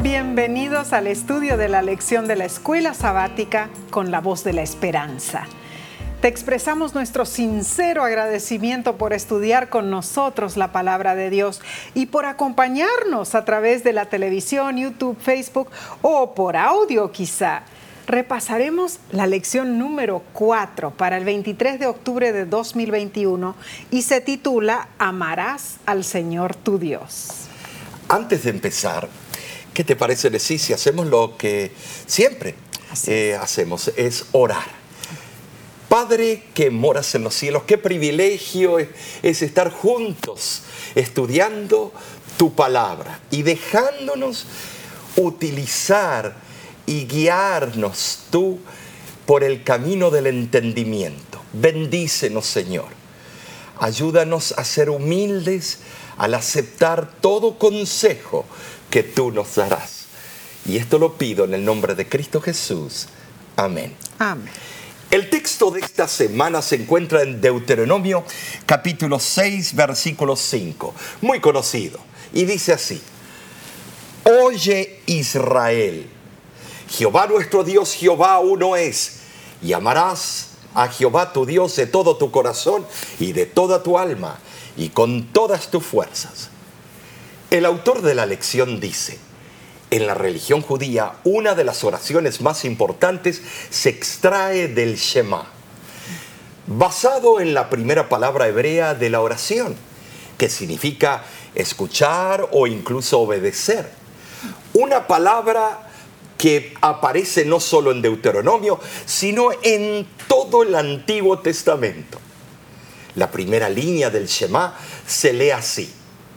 Bienvenidos al estudio de la lección de la Escuela Sabática con la Voz de la Esperanza. Te expresamos nuestro sincero agradecimiento por estudiar con nosotros la palabra de Dios y por acompañarnos a través de la televisión, YouTube, Facebook o por audio quizá. Repasaremos la lección número 4 para el 23 de octubre de 2021 y se titula Amarás al Señor tu Dios. Antes de empezar, ¿qué te parece, Leslie, si hacemos lo que siempre hacemos? Es orar. Padre que moras en los cielos, qué privilegio es estar juntos estudiando tu palabra y dejándonos utilizar y guiarnos tú por el camino del entendimiento. Bendícenos, Señor. Ayúdanos a ser humildes al aceptar todo consejo que tú nos darás. Y esto lo pido en el nombre de Cristo Jesús. Amén. Amén. El texto de esta semana se encuentra en Deuteronomio capítulo 6, versículo 5, muy conocido, y dice así: Oye Israel, Jehová nuestro Dios, Jehová uno es, y amarás a Jehová tu Dios de todo tu corazón y de toda tu alma y con todas tus fuerzas. El autor de la lección dice: en la religión judía, una de las oraciones más importantes se extrae del Shema, basado en la primera palabra hebrea de la oración, que significa escuchar o incluso obedecer. Una palabra que aparece no solo en Deuteronomio, sino en todo el Antiguo Testamento. La primera línea del Shema se lee así: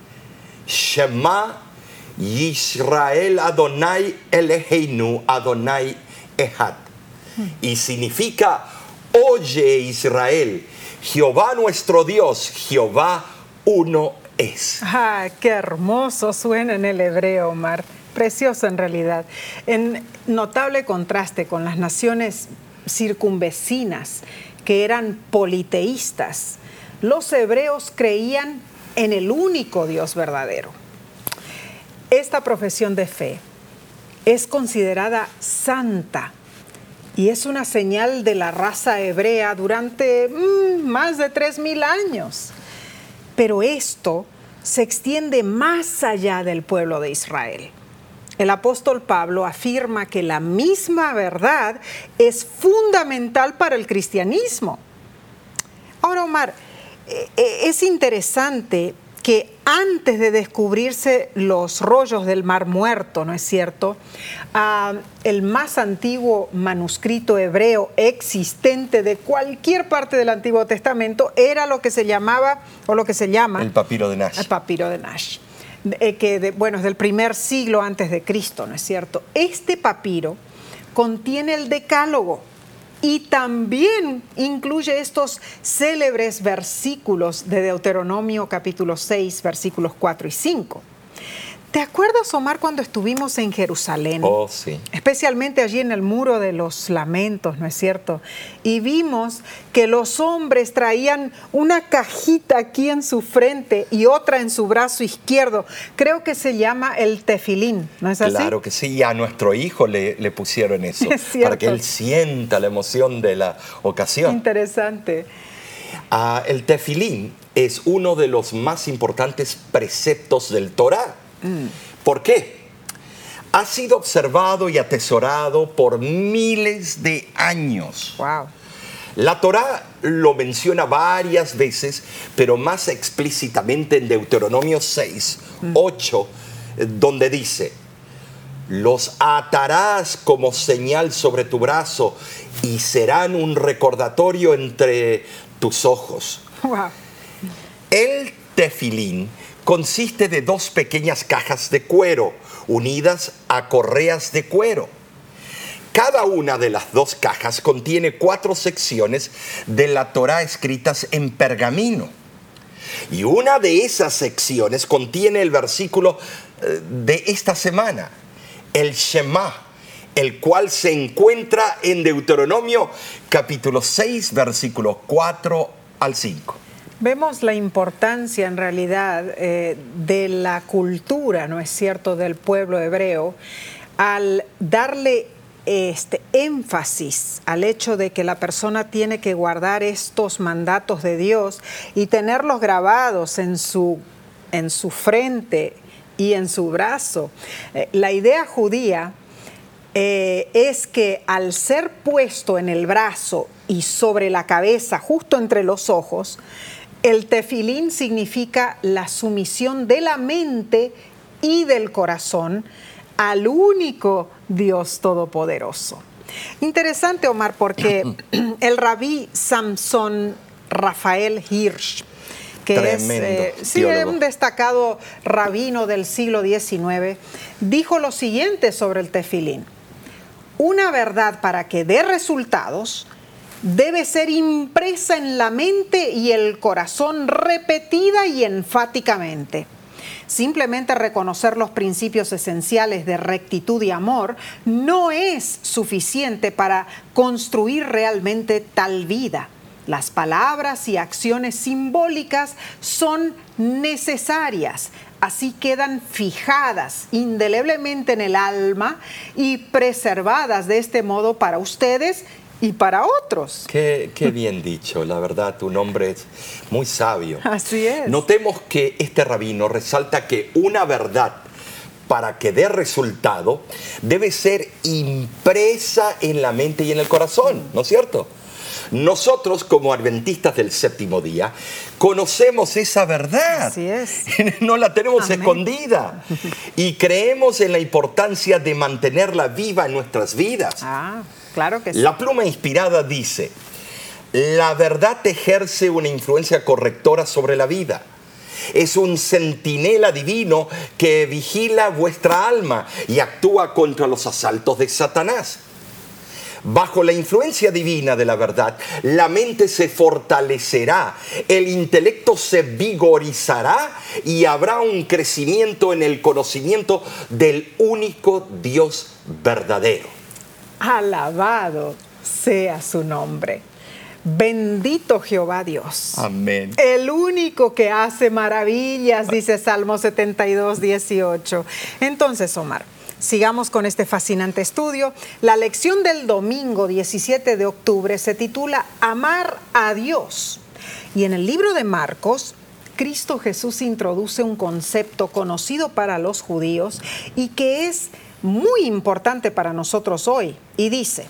Shema Yisrael Adonai Eloheinu Adonai Echad. Y significa: oye Israel, Jehová nuestro Dios, Jehová uno es. ¡Ah, qué hermoso suena en el hebreo, Omar! Precioso en realidad. En notable contraste con las naciones circunvecinas que eran politeístas, los hebreos creían en el único Dios verdadero. Esta profesión de fe es considerada santa y es una señal de la raza hebrea durante más de 3,000 años. Pero esto se extiende más allá del pueblo de Israel. El apóstol Pablo afirma que la misma verdad es fundamental para el cristianismo. Ahora, Omar, es interesante que antes de descubrirse los rollos del Mar Muerto, ¿no es cierto?, el más antiguo manuscrito hebreo existente de cualquier parte del Antiguo Testamento era lo que se llamaba, o lo que se llama... el papiro de Nash. El papiro de Nash, es del primer siglo antes de Cristo, ¿no es cierto? Este papiro contiene el Decálogo y también incluye estos célebres versículos de Deuteronomio capítulo 6, versículos 4 y 5. ¿Te acuerdas, Omar, cuando estuvimos en Jerusalén? Oh, sí. Especialmente allí en el Muro de los Lamentos, ¿no es cierto? Y vimos que los hombres traían una cajita aquí en su frente y otra en su brazo izquierdo. Creo que se llama el tefilín, ¿no es así? Claro que sí, y a nuestro hijo le pusieron eso, para que él sienta la emoción de la ocasión. Interesante. El tefilín es uno de los más importantes preceptos del Torá. ¿Por qué? Ha sido observado y atesorado por miles de años. Wow. La Torá lo menciona varias veces, pero más explícitamente en Deuteronomio 6, 8, donde dice: los atarás como señal sobre tu brazo y serán un recordatorio entre tus ojos. Wow. El tefilín consiste de 2 pequeñas cajas de cuero unidas a correas de cuero. Cada una de las 2 cajas contiene 4 secciones de la Torá escritas en pergamino. Y una de esas secciones contiene el versículo de esta semana, el Shema, el cual se encuentra en Deuteronomio capítulo 6, versículos 4 al 5. Vemos la importancia en realidad de la cultura, ¿no es cierto?, del pueblo hebreo, al darle énfasis al hecho de que la persona tiene que guardar estos mandatos de Dios y tenerlos grabados en su frente y en su brazo. La idea judía es que al ser puesto en el brazo y sobre la cabeza, justo entre los ojos, el tefilín significa la sumisión de la mente y del corazón al único Dios Todopoderoso. Interesante, Omar, porque el rabí Samson Rafael Hirsch, que es un destacado rabino del siglo XIX, dijo lo siguiente sobre el tefilín: una verdad, para que dé resultados, debe ser impresa en la mente y el corazón repetida y enfáticamente. Simplemente reconocer los principios esenciales de rectitud y amor no es suficiente para construir realmente tal vida. Las palabras y acciones simbólicas son necesarias, así quedan fijadas indeleblemente en el alma y preservadas de este modo para ustedes y para otros. Qué bien dicho, la verdad, tu nombre es muy sabio. Así es. Notemos que este rabino resalta que una verdad, para que dé resultado, debe ser impresa en la mente y en el corazón, ¿no es cierto? Nosotros, como adventistas del séptimo día, conocemos esa verdad. Así es. No la tenemos Amén. Escondida. Y creemos en la importancia de mantenerla viva en nuestras vidas. Claro que sí. La pluma inspirada dice: la verdad ejerce una influencia correctora sobre la vida. Es un centinela divino que vigila vuestra alma y actúa contra los asaltos de Satanás. Bajo la influencia divina de la verdad, la mente se fortalecerá, el intelecto se vigorizará y habrá un crecimiento en el conocimiento del único Dios verdadero. Alabado sea su nombre. Bendito Jehová Dios. Amén. El único que hace maravillas, dice Salmo 72, 18. Entonces, Omar, sigamos con este fascinante estudio. La lección del domingo 17 de octubre se titula Amar a Dios. Y en el libro de Marcos, Cristo Jesús introduce un concepto conocido para los judíos y que es muy importante para nosotros hoy. Y dice: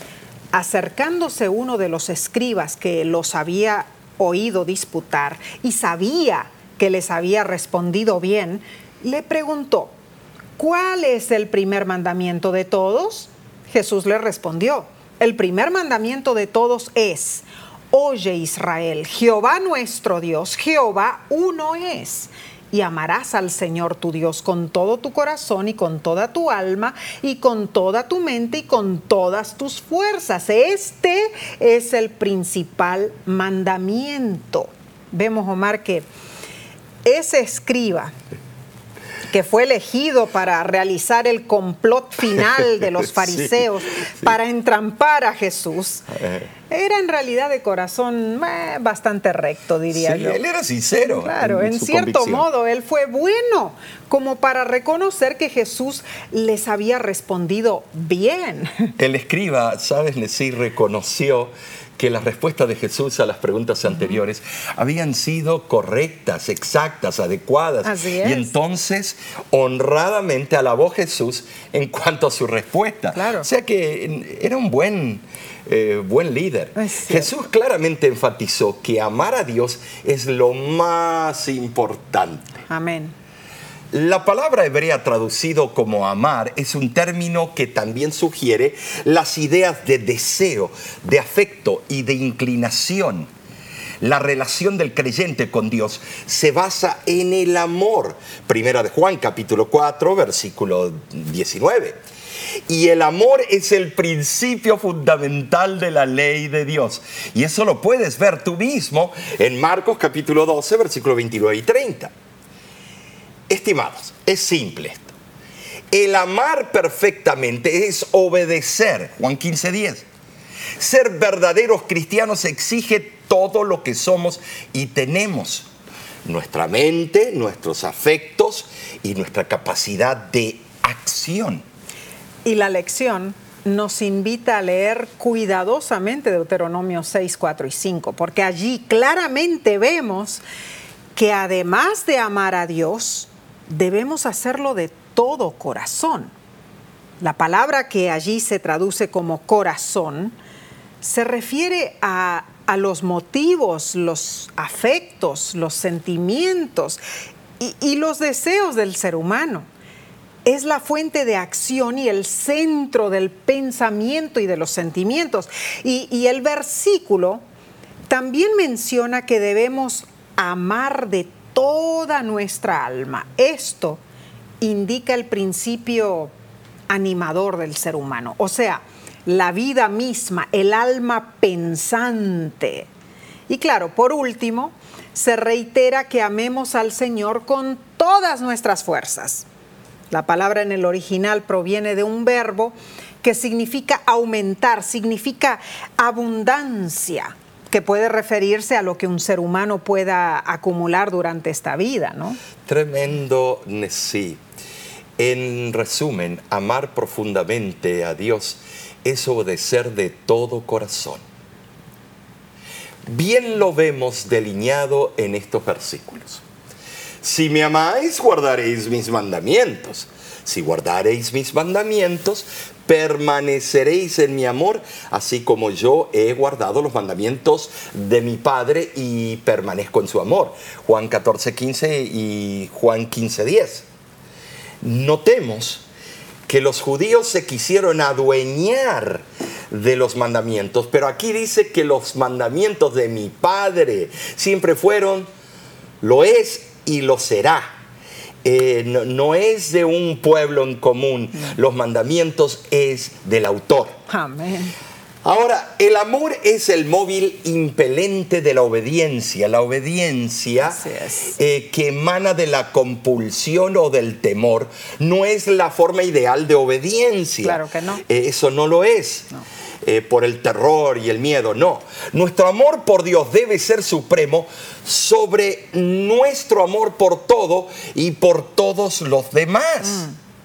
acercándose uno de los escribas que los había oído disputar y sabía que les había respondido bien, le preguntó: ¿cuál es el primer mandamiento de todos? Jesús le respondió: el primer mandamiento de todos es: oye, Israel, Jehová nuestro Dios, Jehová uno es. Y amarás al Señor tu Dios con todo tu corazón y con toda tu alma y con toda tu mente y con todas tus fuerzas. Este es el principal mandamiento. Vemos, Omar, que ese escriba que fue elegido para realizar el complot final de los fariseos para entrampar a Jesús, era en realidad de corazón bastante recto, diría yo. Él era sincero. Claro, en cierto modo, él fue bueno como para reconocer que Jesús les había respondido bien. El escriba, ¿sabes? Sí reconoció que las respuestas de Jesús a las preguntas anteriores habían sido correctas, exactas, adecuadas. Así es. Y entonces, honradamente alabó a Jesús en cuanto a su respuesta. Claro. O sea que era un buen líder. Jesús claramente enfatizó que amar a Dios es lo más importante. Amén. La palabra hebrea traducido como amar es un término que también sugiere las ideas de deseo, de afecto y de inclinación. La relación del creyente con Dios se basa en el amor. Primera de Juan, capítulo 4, versículo 19. Y el amor es el principio fundamental de la ley de Dios. Y eso lo puedes ver tú mismo en Marcos, capítulo 12, versículo 29 y 30. Estimados, es simple esto. El amar perfectamente es obedecer. Juan 15:10. Ser verdaderos cristianos exige todo lo que somos y tenemos. Nuestra mente, nuestros afectos y nuestra capacidad de acción. Y la lección nos invita a leer cuidadosamente Deuteronomio 6, 4 y 5, porque allí claramente vemos que además de amar a Dios, debemos hacerlo de todo corazón. La palabra que allí se traduce como corazón se refiere a los motivos, los afectos, los sentimientos y los deseos del ser humano. Es la fuente de acción y el centro del pensamiento y de los sentimientos. Y el versículo también menciona que debemos amar de toda nuestra alma. Esto indica el principio animador del ser humano, o sea, la vida misma, el alma pensante. Y claro, por último, se reitera que amemos al Señor con todas nuestras fuerzas. La palabra en el original proviene de un verbo que significa aumentar, significa abundancia, que puede referirse a lo que un ser humano pueda acumular durante esta vida, ¿no? Tremendo, sí. En resumen, amar profundamente a Dios es obedecer de todo corazón. Bien lo vemos delineado en estos versículos. Si me amáis, guardaréis mis mandamientos. Si guardaréis mis mandamientos, permaneceréis en mi amor, así como yo he guardado los mandamientos de mi Padre y permanezco en su amor. Juan 14:15 y Juan 15:10. Notemos que los judíos se quisieron adueñar de los mandamientos, pero aquí dice que los mandamientos de mi Padre siempre fueron, lo es y lo será. No es de un pueblo en común, los mandamientos es del autor. Amén. Ahora, el amor es el móvil impelente de la obediencia que emana de la compulsión o del temor. No es la forma ideal de obediencia. Claro que no. Eso no lo es. No. Por el terror y el miedo, no. Nuestro amor por Dios debe ser supremo sobre nuestro amor por todo y por todos los demás.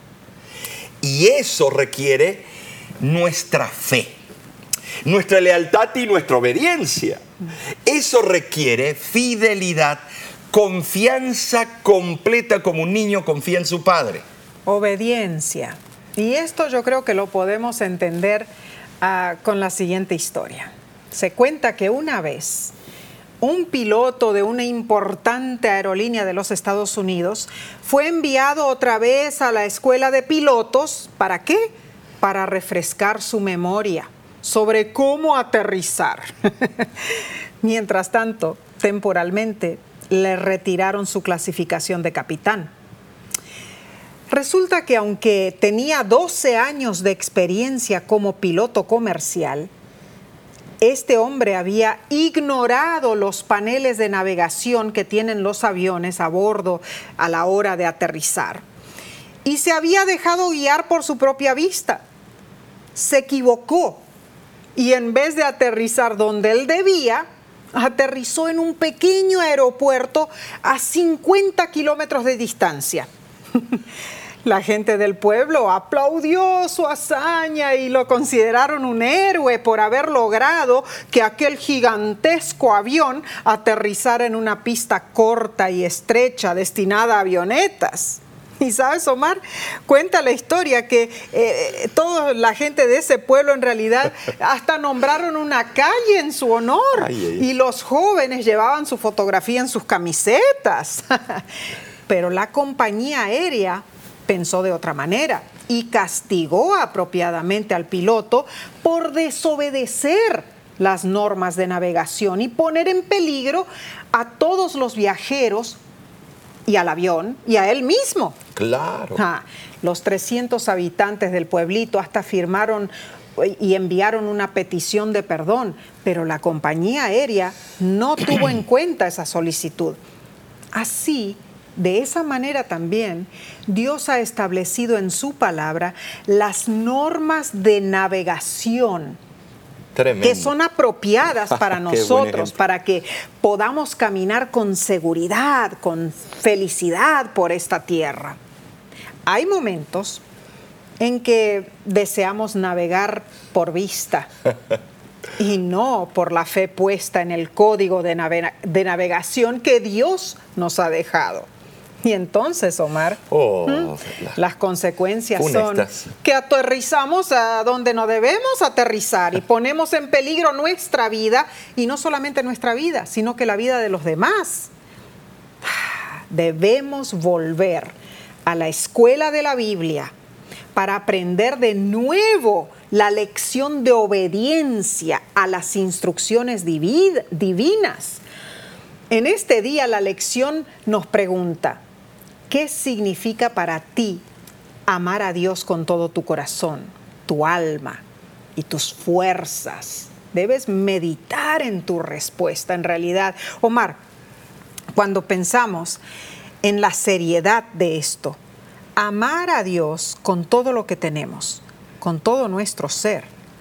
Y eso requiere nuestra fe, nuestra lealtad y nuestra obediencia. Eso requiere fidelidad, confianza completa como un niño confía en su padre. Obediencia. Y esto yo creo que lo podemos entender con la siguiente historia. Se cuenta que una vez un piloto de una importante aerolínea de los Estados Unidos fue enviado otra vez a la escuela de pilotos. ¿Para qué? Para refrescar su memoria sobre cómo aterrizar. Mientras tanto, temporalmente, le retiraron su clasificación de capitán. Resulta que aunque tenía 12 años de experiencia como piloto comercial, este hombre había ignorado los paneles de navegación que tienen los aviones a bordo a la hora de aterrizar y se había dejado guiar por su propia vista. Se equivocó y en vez de aterrizar donde él debía, aterrizó en un pequeño aeropuerto a 50 kilómetros de distancia. La gente del pueblo aplaudió su hazaña y lo consideraron un héroe por haber logrado que aquel gigantesco avión aterrizara en una pista corta y estrecha destinada a avionetas. Y sabes, Omar, cuenta la historia que toda la gente de ese pueblo en realidad hasta nombraron una calle en su honor. Y los jóvenes llevaban su fotografía en sus camisetas. Pero la compañía aérea pensó de otra manera y castigó apropiadamente al piloto por desobedecer las normas de navegación y poner en peligro a todos los viajeros y al avión y a él mismo. Claro. Los 300 habitantes del pueblito hasta firmaron y enviaron una petición de perdón, pero la compañía aérea no tuvo en cuenta esa solicitud. Así, de esa manera también, Dios ha establecido en su palabra las normas de navegación Tremendo. que son apropiadas para Qué buen nosotros, ejemplo. para que podamos caminar con seguridad, con felicidad por esta tierra. Hay momentos en que deseamos navegar por vista y no por la fe puesta en el código de navegación que Dios nos ha dejado. Y entonces, Omar, las consecuencias funestas. son que aterrizamos a donde no debemos aterrizar y ponemos en peligro nuestra vida, y no solamente nuestra vida, sino que la vida de los demás. Debemos volver a la escuela de la Biblia para aprender de nuevo la lección de obediencia a las instrucciones divinas. En este día la lección nos pregunta: ¿qué significa para ti amar a Dios con todo tu corazón, tu alma y tus fuerzas? Debes meditar en tu respuesta. En realidad, Omar, cuando pensamos en la seriedad de esto, amar a Dios con todo lo que tenemos, con todo nuestro ser,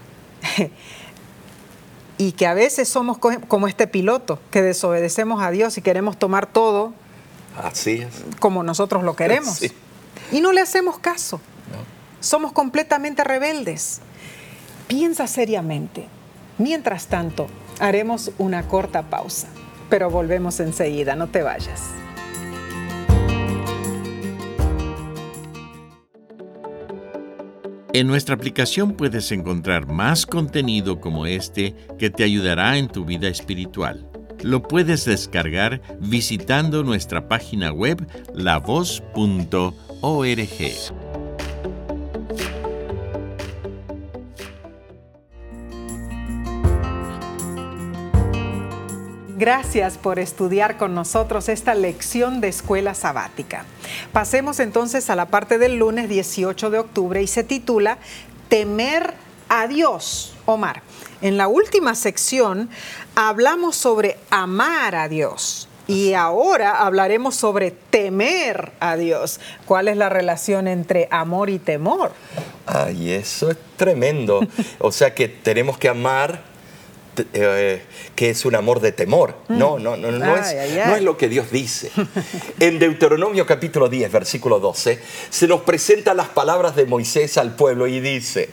y que a veces somos como este piloto, que desobedecemos a Dios y queremos tomar todo Así es. como nosotros lo queremos. Sí. Y no le hacemos caso. No. Somos completamente rebeldes. Piensa seriamente. Mientras tanto, haremos una corta pausa, pero volvemos enseguida, no te vayas. En nuestra aplicación puedes encontrar más contenido como este que te ayudará en tu vida espiritual. Lo puedes descargar visitando nuestra página web lavoz.org. Gracias por estudiar con nosotros esta lección de escuela sabática. Pasemos entonces a la parte del lunes 18 de octubre y se titula Temer a Dios. Omar, en la última sección hablamos sobre amar a Dios y ahora hablaremos sobre temer a Dios. ¿Cuál es la relación entre amor y temor? Ay, eso es tremendo. O sea que tenemos que amar, que es un amor de temor. No es lo que Dios dice. En Deuteronomio capítulo 10, versículo 12, se nos presentan las palabras de Moisés al pueblo y dice: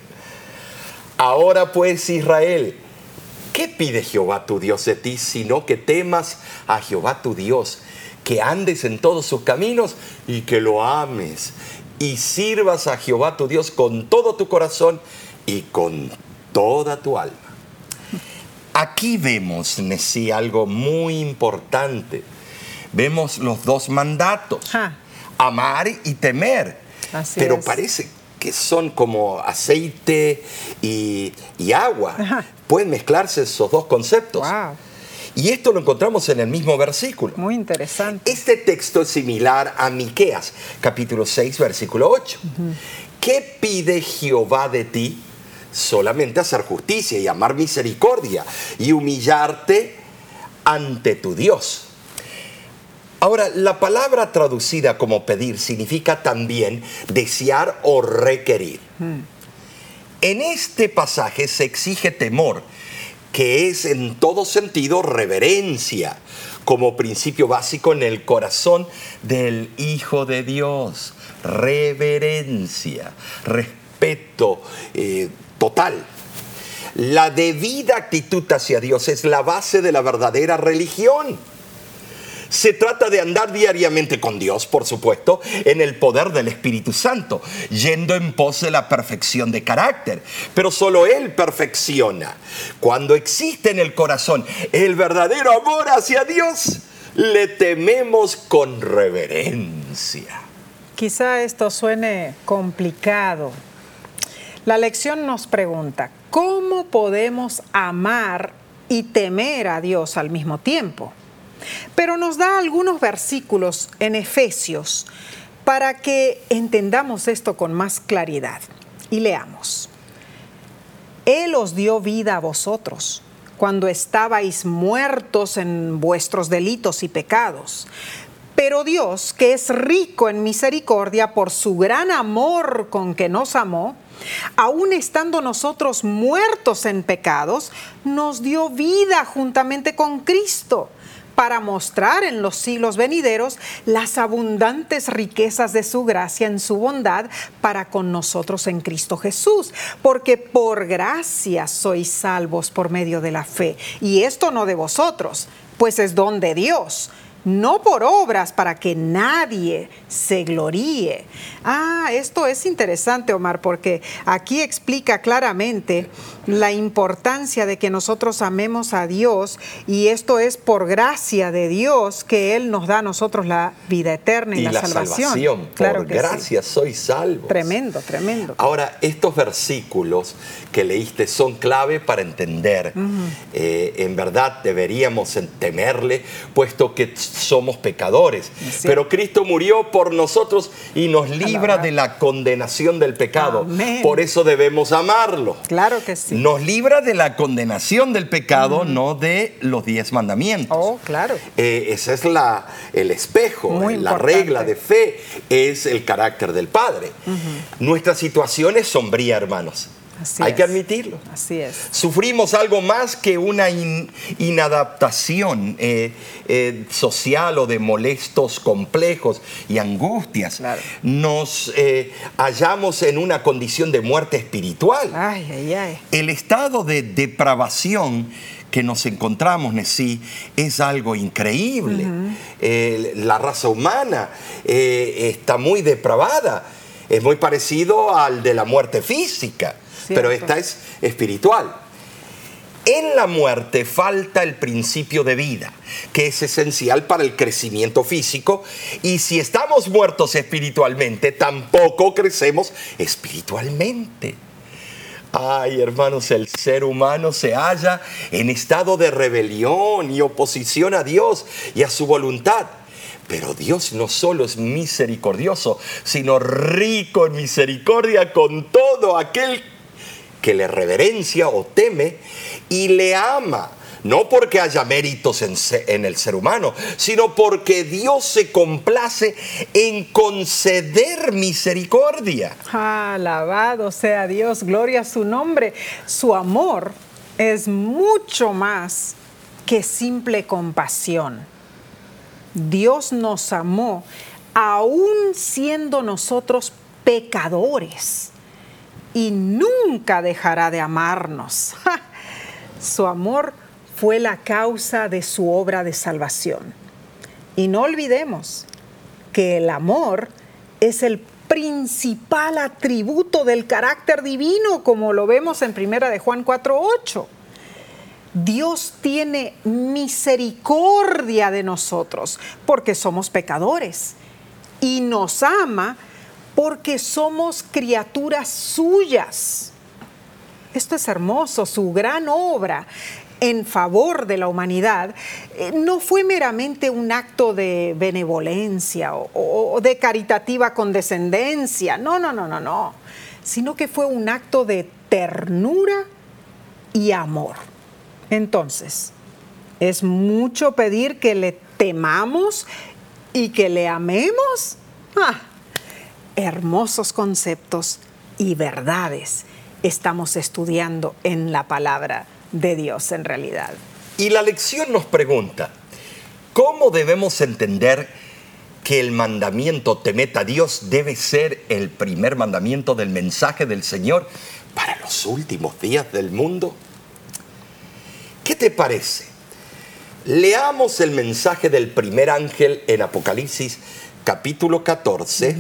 ahora pues, Israel, ¿qué pide Jehová tu Dios de ti, sino que temas a Jehová tu Dios, que andes en todos sus caminos y que lo ames, y sirvas a Jehová tu Dios con todo tu corazón y con toda tu alma? Aquí vemos, Nesí, algo muy importante. Vemos los dos mandatos, amar y temer. Así pero es. parece que son como aceite y agua. Ajá. Pueden mezclarse esos dos conceptos. Wow, Y esto lo encontramos en el mismo versículo. muy interesante. Este texto es similar a Miqueas, capítulo 6, versículo 8. ¿Qué pide Jehová de ti? Solamente hacer justicia y amar misericordia y humillarte ante tu Dios. Ahora, la palabra traducida como pedir significa también desear o requerir. En este pasaje se exige temor, que es en todo sentido reverencia, como principio básico en el corazón del Hijo de Dios. Reverencia, respeto total. La debida actitud hacia Dios es la base de la verdadera religión. Se trata de andar diariamente con Dios, por supuesto, en el poder del Espíritu Santo, yendo en pos de la perfección de carácter. Pero solo Él perfecciona. Cuando existe en el corazón el verdadero amor hacia Dios, le tememos con reverencia. Quizá esto suene complicado. La lección nos pregunta: ¿cómo podemos amar y temer a Dios al mismo tiempo? Pero nos da algunos versículos en Efesios para que entendamos esto con más claridad. Y leamos. Él os dio vida a vosotros cuando estabais muertos en vuestros delitos y pecados. Pero Dios, que es rico en misericordia por su gran amor con que nos amó, Aún estando nosotros muertos en pecados, nos dio vida juntamente con Cristo, para mostrar en los siglos venideros las abundantes riquezas de su gracia en su bondad para con nosotros en Cristo Jesús. Porque por gracia sois salvos por medio de la fe. Y esto no de vosotros, pues es don de Dios, no por obras para que nadie se gloríe. Esto es interesante, Omar, porque aquí explica claramente la importancia de que nosotros amemos a Dios, y esto es por gracia de Dios que Él nos da a nosotros la vida eterna y la salvación. Claro, por gracia sois salvos. Tremendo, tremendo. Ahora, estos versículos que leíste son clave para entender. En verdad deberíamos temerle, puesto que somos pecadores. Sí. Pero Cristo murió por nosotros y nos libra de la condenación del pecado. Amén. Por eso debemos amarlo. Claro que sí. Nos libra de la condenación del pecado, no de los 10 mandamientos. Oh, claro. Ese es el espejo, muy la importante. regla de fe, es el carácter del Padre. Nuestra situación es sombría, hermanos. Hay que admitirlo. Así es. Sufrimos algo más que una inadaptación social o de molestos complejos y angustias. Claro. Nos hallamos en una condición de muerte espiritual. El estado de depravación que nos encontramos, Nesí, es algo increíble. La raza humana está muy depravada. Es muy parecido al de la muerte física. Cierto. Pero esta es espiritual. En la muerte falta el principio de vida, que es esencial para el crecimiento físico, y si estamos muertos espiritualmente, tampoco crecemos espiritualmente. Ay, hermanos, el ser humano se halla en estado de rebelión y oposición a Dios y a su voluntad. Pero Dios no solo es misericordioso, sino rico en misericordia con todo aquel que le reverencia o teme y le ama, no porque haya méritos en el ser humano, sino porque Dios se complace en conceder misericordia. Alabado sea Dios, gloria a su nombre. Su amor es mucho más que simple compasión. Dios nos amó aún siendo nosotros pecadores, y nunca dejará de amarnos. Su amor fue la causa de su obra de salvación. Y no olvidemos que el amor es el principal atributo del carácter divino, como lo vemos en 1 de Juan 4:8. Dios tiene misericordia de nosotros porque somos pecadores, y nos ama porque somos criaturas suyas. Esto es hermoso. Su gran obra en favor de la humanidad no fue meramente un acto de benevolencia o de caritativa condescendencia, no, sino que fue un acto de ternura y amor. Entonces, ¿es mucho pedir que le temamos y que le amemos? Hermosos conceptos y verdades estamos estudiando en la palabra de Dios en realidad. Y la lección nos pregunta, ¿cómo debemos entender que el mandamiento temed a Dios debe ser el primer mandamiento del mensaje del Señor para los últimos días del mundo? ¿Qué te parece? Leamos el mensaje del primer ángel en Apocalipsis capítulo 14,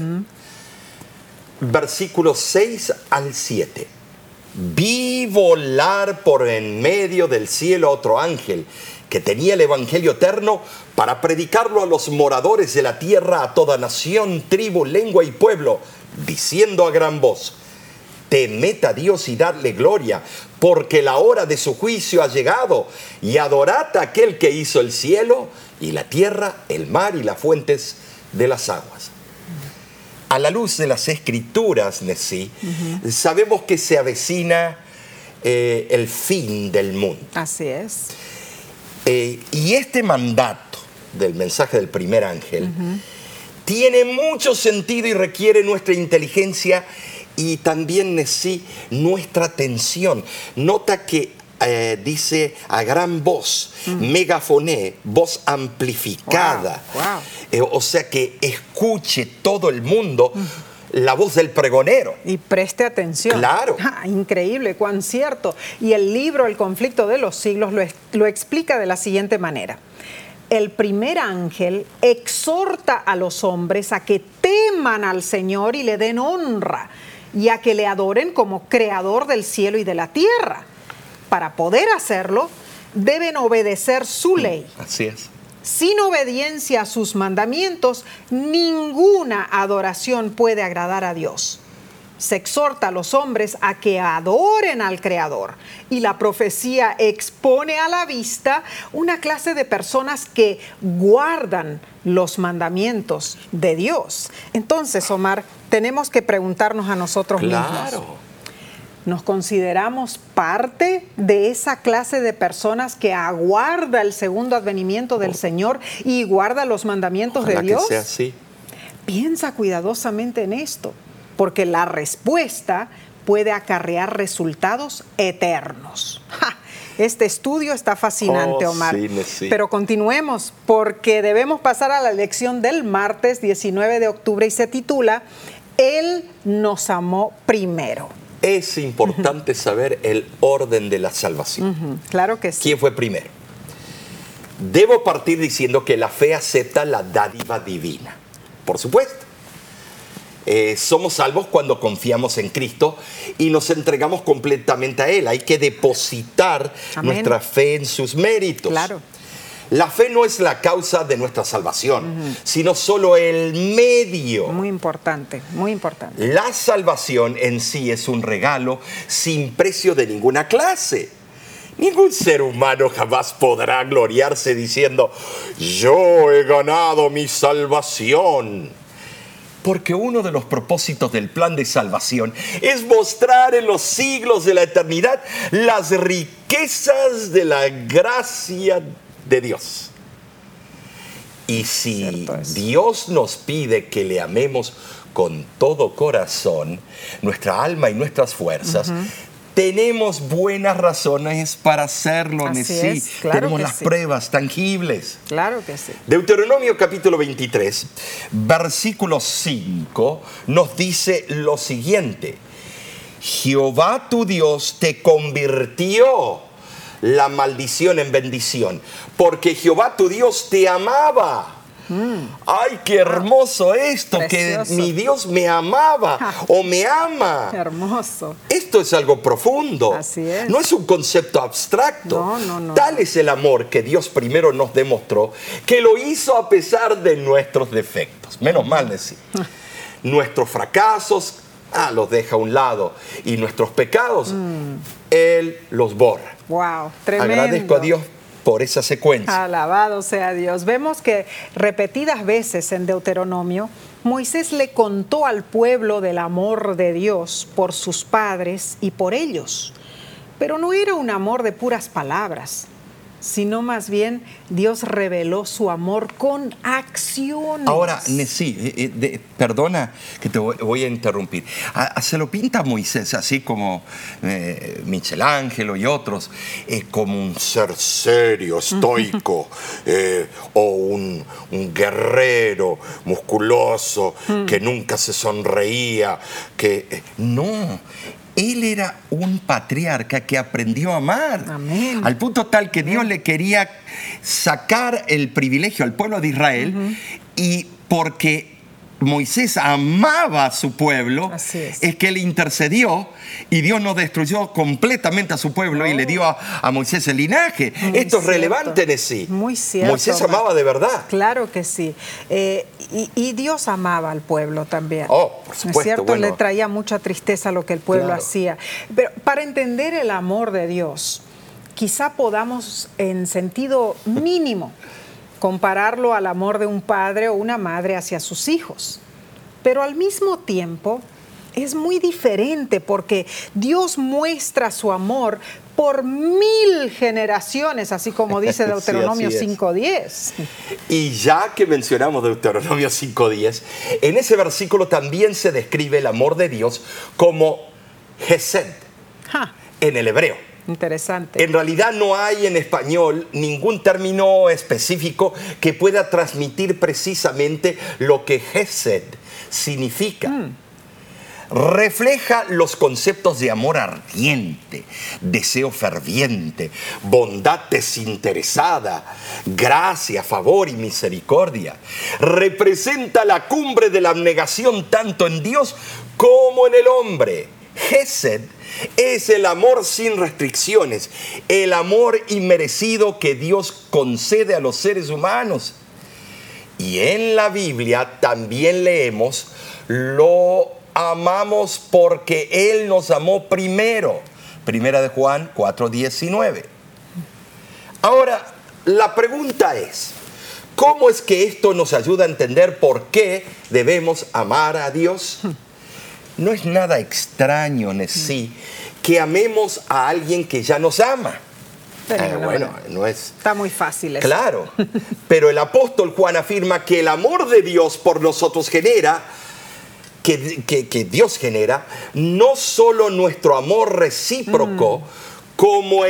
versículos 6 al 7. Vi volar por en medio del cielo a otro ángel que tenía el evangelio eterno para predicarlo a los moradores de la tierra, a toda nación, tribu, lengua y pueblo, diciendo a gran voz: temed a Dios y dadle gloria, porque la hora de su juicio ha llegado, y adorad a aquel que hizo el cielo y la tierra, el mar y las fuentes de las aguas. A la luz de las Escrituras, Nesí, sabemos que se avecina el fin del mundo. Así es. Y este mandato del mensaje del primer ángel tiene mucho sentido y requiere nuestra inteligencia y también sí nuestra atención. Nota que dice a gran voz, megafoné, voz amplificada. Wow. O sea que escuche todo el mundo la voz del pregonero. Y preste atención. Claro. Increíble, cuán cierto. Y el libro El conflicto de los siglos lo explica de la siguiente manera. El primer ángel exhorta a los hombres a que teman al Señor y le den honra, y a que le adoren como creador del cielo y de la tierra. Para poder hacerlo, deben obedecer su ley. Así es. Sin obediencia a sus mandamientos, ninguna adoración puede agradar a Dios. Se exhorta a los hombres a que adoren al Creador, y la profecía expone a la vista una clase de personas que guardan los mandamientos de Dios. Entonces, Omar, tenemos que preguntarnos a nosotros mismos. ¿Nos consideramos parte de esa clase de personas que aguarda el segundo advenimiento del Señor y guarda los mandamientos de Dios? Que sea así. Piensa cuidadosamente en esto, porque la respuesta puede acarrear resultados eternos. ¡Ja! Este estudio está fascinante, Omar. Sí. Pero continuemos, porque debemos pasar a la lección del martes 19 de octubre y se titula Él nos amó primero. Es importante saber el orden de la salvación. Claro que sí. ¿Quién fue primero? Debo partir diciendo que la fe acepta la dádiva divina. Por supuesto. Somos salvos cuando confiamos en Cristo y nos entregamos completamente a Él. Hay que depositar nuestra fe en sus méritos. Claro. La fe no es la causa de nuestra salvación, sino solo el medio. Muy importante, muy importante. La salvación en sí es un regalo sin precio de ninguna clase. Ningún ser humano jamás podrá gloriarse diciendo, yo he ganado mi salvación. Porque uno de los propósitos del plan de salvación es mostrar en los siglos de la eternidad las riquezas de la gracia de Dios. Y si Dios nos pide que le amemos con todo corazón, nuestra alma y nuestras fuerzas, tenemos buenas razones para hacerlo. Así es, claro. Tenemos las pruebas tangibles. Claro que sí. Deuteronomio capítulo 23, versículo 5, nos dice lo siguiente. Jehová tu Dios te convirtió la maldición en bendición, porque Jehová tu Dios te amaba. ¡Ay, qué hermoso esto! Precioso. Que mi Dios me amaba o me ama. Hermoso. Esto es algo profundo. Así es. No es un concepto abstracto. No. Tal es el amor que Dios primero nos demostró, que lo hizo a pesar de nuestros defectos. Menos mal decir. Nuestros fracasos, los deja a un lado. Y nuestros pecados, Él los borra. Wow, tremendo. Agradezco a Dios por esa secuencia. Alabado sea Dios. Vemos que repetidas veces en Deuteronomio, Moisés le contó al pueblo del amor de Dios por sus padres y por ellos. Pero no era un amor de puras palabras, sino más bien Dios reveló su amor con acciones. Ahora, sí, perdona que te voy a interrumpir. Se lo pinta a Moisés así como Michelangelo y otros, como un ser serio, estoico, o un guerrero musculoso que nunca se sonreía. No. Él era un patriarca que aprendió a amar. Amén. Al punto tal que Dios le quería sacar el privilegio al pueblo de Israel, y porque Moisés amaba a su pueblo, es que él intercedió y Dios no destruyó completamente a su pueblo y le dio a Moisés el linaje. Esto es relevante en sí. Muy cierto. Moisés amaba de verdad. Claro que sí. Y Dios amaba al pueblo también. Por supuesto. ¿No es cierto? Le traía mucha tristeza lo que el pueblo hacía. Pero para entender el amor de Dios, quizá podamos en sentido mínimo compararlo al amor de un padre o una madre hacia sus hijos. Pero al mismo tiempo es muy diferente porque Dios muestra su amor por 1000 generaciones, así como dice Deuteronomio Sí, así es. 5:10. Y ya que mencionamos Deuteronomio 5:10, en ese versículo también se describe el amor de Dios como Hesed Ja, en el hebreo. interesante. En realidad no hay en español ningún término específico que pueda transmitir precisamente lo que Hesed significa. Refleja los conceptos de amor ardiente, deseo ferviente, bondad desinteresada, gracia, favor y misericordia. Representa la cumbre de la abnegación tanto en Dios como en el hombre. Hesed es el amor sin restricciones, el amor inmerecido que Dios concede a los seres humanos. Y en la Biblia también leemos, lo amamos porque Él nos amó primero. Primera de Juan 4:19. Ahora, la pregunta es, ¿cómo es que esto nos ayuda a entender por qué debemos amar a Dios? No es nada extraño en sí que amemos a alguien que ya nos ama. Bueno, no es... Está muy fácil eso. Claro, pero el apóstol Juan afirma que el amor de Dios por nosotros genera, que Dios genera, no solo nuestro amor recíproco como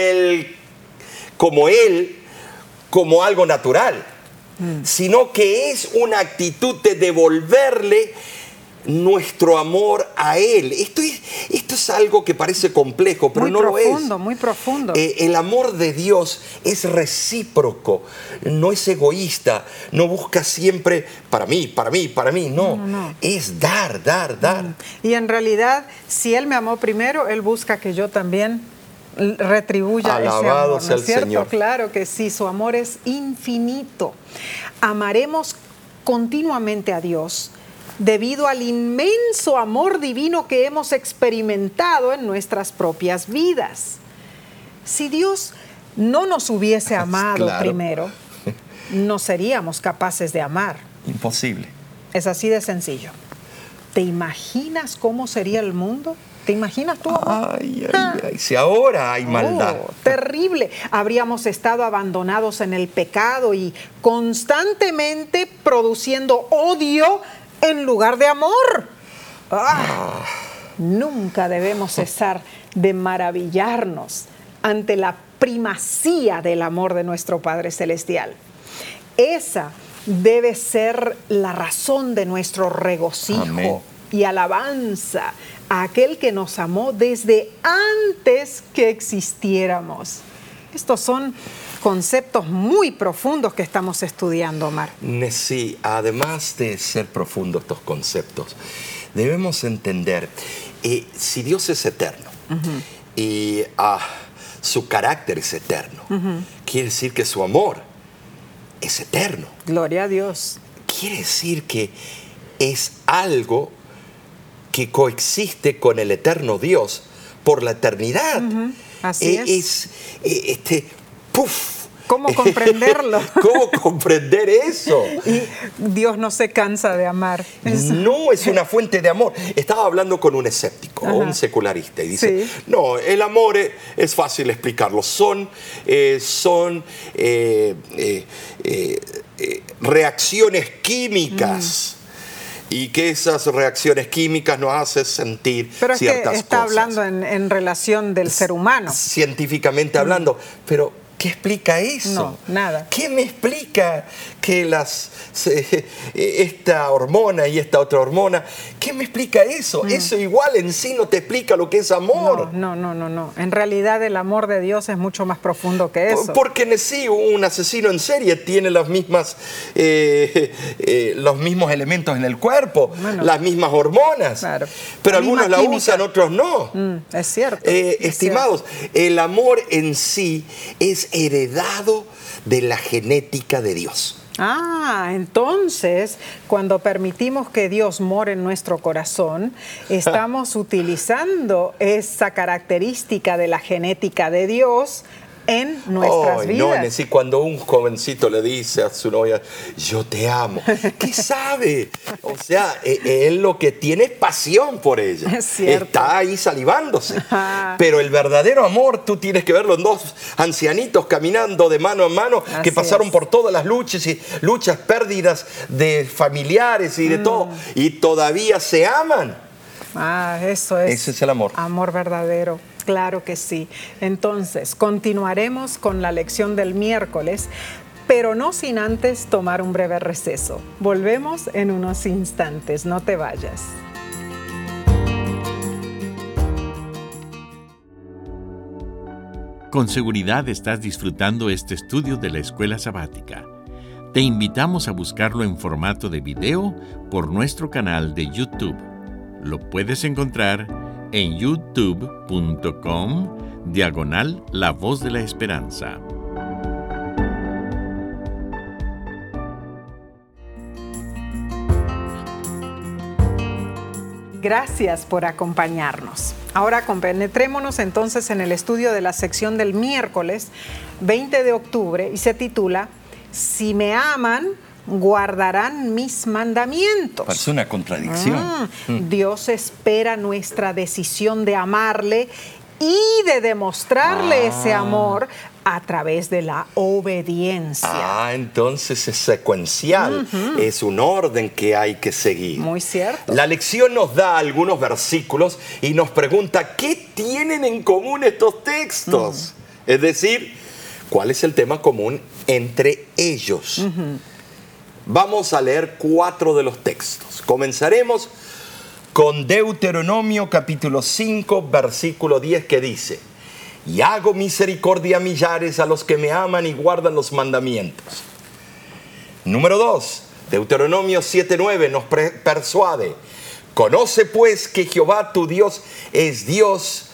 algo natural, sino que es una actitud de devolverle nuestro amor a Él. Esto es algo que parece complejo, pero no lo es. Muy profundo. El amor de Dios es recíproco, no es egoísta, no busca siempre para mí, no. Es dar. Y en realidad, si Él me amó primero, Él busca que yo también retribuya ese amor, Alabado ¿no sea es el cierto? Señor. Claro que sí, su amor es infinito. Amaremos continuamente a Dios debido al inmenso amor divino que hemos experimentado en nuestras propias vidas. Si Dios no nos hubiese amado Claro. primero, no seríamos capaces de amar. Imposible. Es así de sencillo. ¿Te imaginas cómo sería el mundo? ¿Te imaginas tú, amor? Ay, si ahora hay maldad. Oh, terrible. Habríamos estado abandonados en el pecado y constantemente produciendo odio en lugar de amor. Nunca debemos cesar de maravillarnos ante la primacía del amor de nuestro Padre Celestial. Esa debe ser la razón de nuestro regocijo. Amén. Y alabanza a aquel que nos amó desde antes que existiéramos. Estos son conceptos muy profundos que estamos estudiando, Omar. Sí, además de ser profundos estos conceptos, debemos entender, si Dios es eterno y su carácter es eterno, quiere decir que su amor es eterno. Gloria a Dios. Quiere decir que es algo que coexiste con el eterno Dios por la eternidad. Así es. ¡Puf! ¿Cómo comprenderlo? ¿Cómo comprender eso? Y Dios no se cansa de amar. No es una fuente de amor. Estaba hablando con un escéptico o un secularista y dice, Sí. no, el amor es fácil explicarlo. Son reacciones químicas. Y que esas reacciones químicas nos hacen sentir Pero es ciertas que está cosas. hablando en relación del ser humano. Científicamente hablando. Pero, ¿qué explica eso? No, nada. ¿Qué me explica que esta hormona y esta otra hormona? ¿Qué me explica eso? Eso igual en sí no te explica lo que es amor. No. En realidad el amor de Dios es mucho más profundo que eso. Porque en sí un asesino en serie tiene los mismos elementos en el cuerpo, Bueno, las mismas hormonas. claro. Pero La algunos misma la química. usan, otros no. Es cierto. Estimados, el amor en sí es heredado de la genética de Dios. Entonces, cuando permitimos que Dios more en nuestro corazón, estamos utilizando esa característica de la genética de Dios en nuestras vidas. No, Nessie, cuando un jovencito le dice a su novia, yo te amo, ¿qué sabe? O sea, él lo que tiene es pasión por ella. Es cierto. Está ahí salivándose. Pero el verdadero amor, tú tienes que verlo en dos ancianitos caminando de mano en mano, que pasaron por todas las luchas, pérdidas de familiares y de todo, y todavía se aman. Ese es el amor. Amor verdadero. Claro que sí. Entonces, continuaremos con la lección del miércoles, pero no sin antes tomar un breve receso. Volvemos en unos instantes, no te vayas. Con seguridad estás disfrutando este estudio de la Escuela Sabática. Te invitamos a buscarlo en formato de video por nuestro canal de YouTube. Lo puedes encontrar en youtube.com/La Voz de la Esperanza. Gracias por acompañarnos. Ahora compenetrémonos entonces en el estudio de la sección del miércoles 20 de octubre y se titula Si me aman, guardarán mis mandamientos. Parece una contradicción. Dios espera nuestra decisión de amarle y de demostrarle ese amor a través de la obediencia. Entonces es secuencial, es un orden que hay que seguir. Muy cierto. La lección nos da algunos versículos y nos pregunta, ¿qué tienen en común estos textos? Es decir, ¿cuál es el tema común entre ellos? Vamos a leer 4 de los textos. Comenzaremos con Deuteronomio capítulo 5, versículo 10, que dice: y hago misericordia a millares a los que me aman y guardan los mandamientos. Número 2, Deuteronomio 7:9 nos persuade: conoce pues que Jehová tu Dios es Dios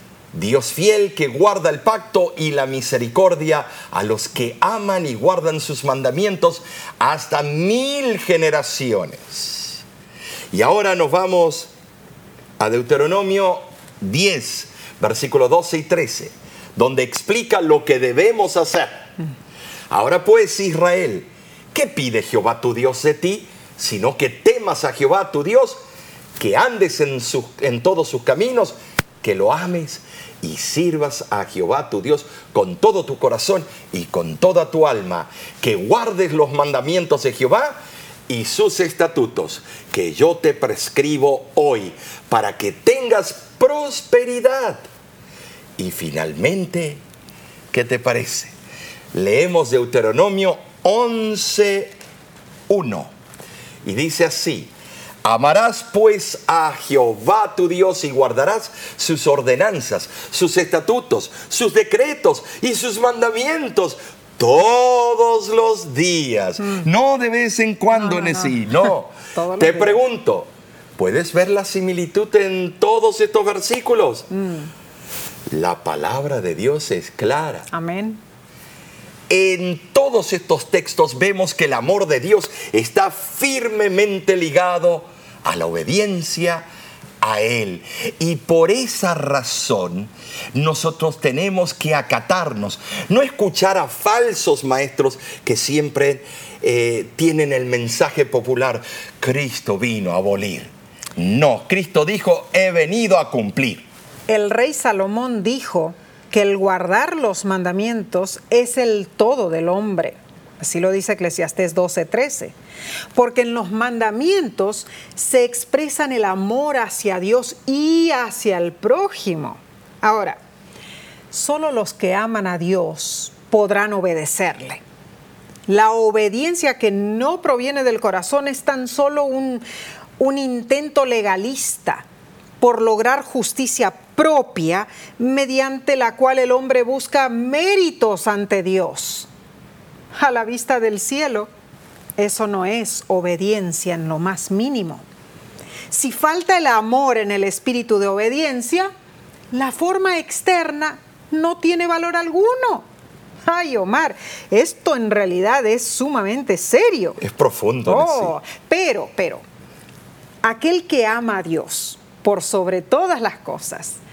fiel, que guarda el pacto y la misericordia a los que aman y guardan sus mandamientos hasta 1000 generaciones. Y ahora nos vamos a Deuteronomio 10, versículos 12 y 13, donde explica lo que debemos hacer. Ahora pues, Israel, ¿qué pide Jehová tu Dios de ti? Sino que temas a Jehová tu Dios, que andes en todos sus caminos, que lo ames y sirvas a Jehová tu Dios con todo tu corazón y con toda tu alma, que guardes los mandamientos de Jehová y sus estatutos, que yo te prescribo hoy, para que tengas prosperidad. Y finalmente, ¿qué te parece? Leemos Deuteronomio 11:1 y dice así: amarás pues a Jehová tu Dios y guardarás sus ordenanzas, sus estatutos, sus decretos y sus mandamientos todos los días. No de vez en cuando, Nessie, no. Te pregunto, ¿puedes ver la similitud en todos estos versículos? La palabra de Dios es clara. Amén. En todos estos textos vemos que el amor de Dios está firmemente ligado a la obediencia a Él. Y por esa razón nosotros tenemos que acatarnos, no escuchar a falsos maestros que siempre tienen el mensaje popular: Cristo vino a abolir. No, Cristo dijo: he venido a cumplir. El rey Salomón dijo que el guardar los mandamientos es el todo del hombre. Así lo dice Eclesiastés 12:13. Porque en los mandamientos se expresan el amor hacia Dios y hacia el prójimo. Ahora, solo los que aman a Dios podrán obedecerle. La obediencia que no proviene del corazón es tan solo un intento legalista por lograr justicia propia, mediante la cual el hombre busca méritos ante Dios. A la vista del cielo, eso no es obediencia en lo más mínimo. Si falta el amor en el espíritu de obediencia, la forma externa no tiene valor alguno. Ay, Omar, esto en realidad es sumamente serio. Es profundo. Pero, aquel que ama a Dios por sobre todas las cosas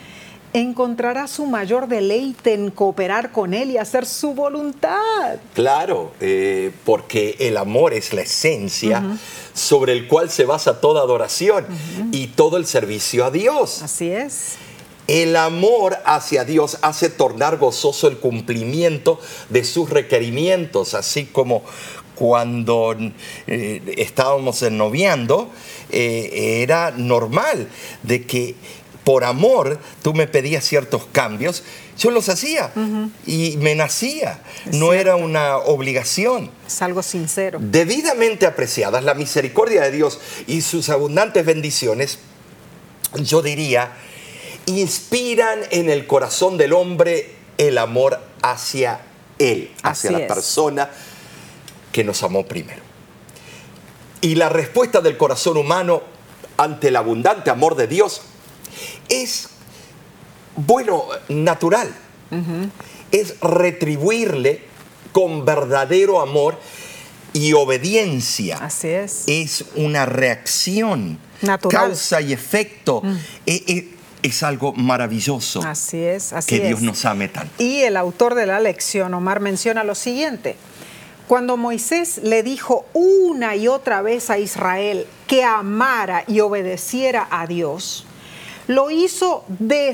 encontrará su mayor deleite en cooperar con Él y hacer su voluntad. Claro, porque el amor es la esencia sobre el cual se basa toda adoración y todo el servicio a Dios. Así es. El amor hacia Dios hace tornar gozoso el cumplimiento de sus requerimientos, así como cuando estábamos noviando, era normal de que por amor tú me pedías ciertos cambios, yo los hacía y me nacía, no era una obligación. Es algo sincero. Debidamente apreciadas la misericordia de Dios y sus abundantes bendiciones, yo diría, inspiran en el corazón del hombre el amor hacia Él, hacia la persona que nos amó primero. Y la respuesta del corazón humano ante el abundante amor de Dios es, bueno, natural. Es retribuirle con verdadero amor y obediencia. Así es. Es una reacción natural. Causa y efecto. Es algo maravilloso. Así es, así que es. Dios nos ame tanto. Y el autor de la lección, Omar, menciona lo siguiente. Cuando Moisés le dijo una y otra vez a Israel que amara y obedeciera a Dios, lo hizo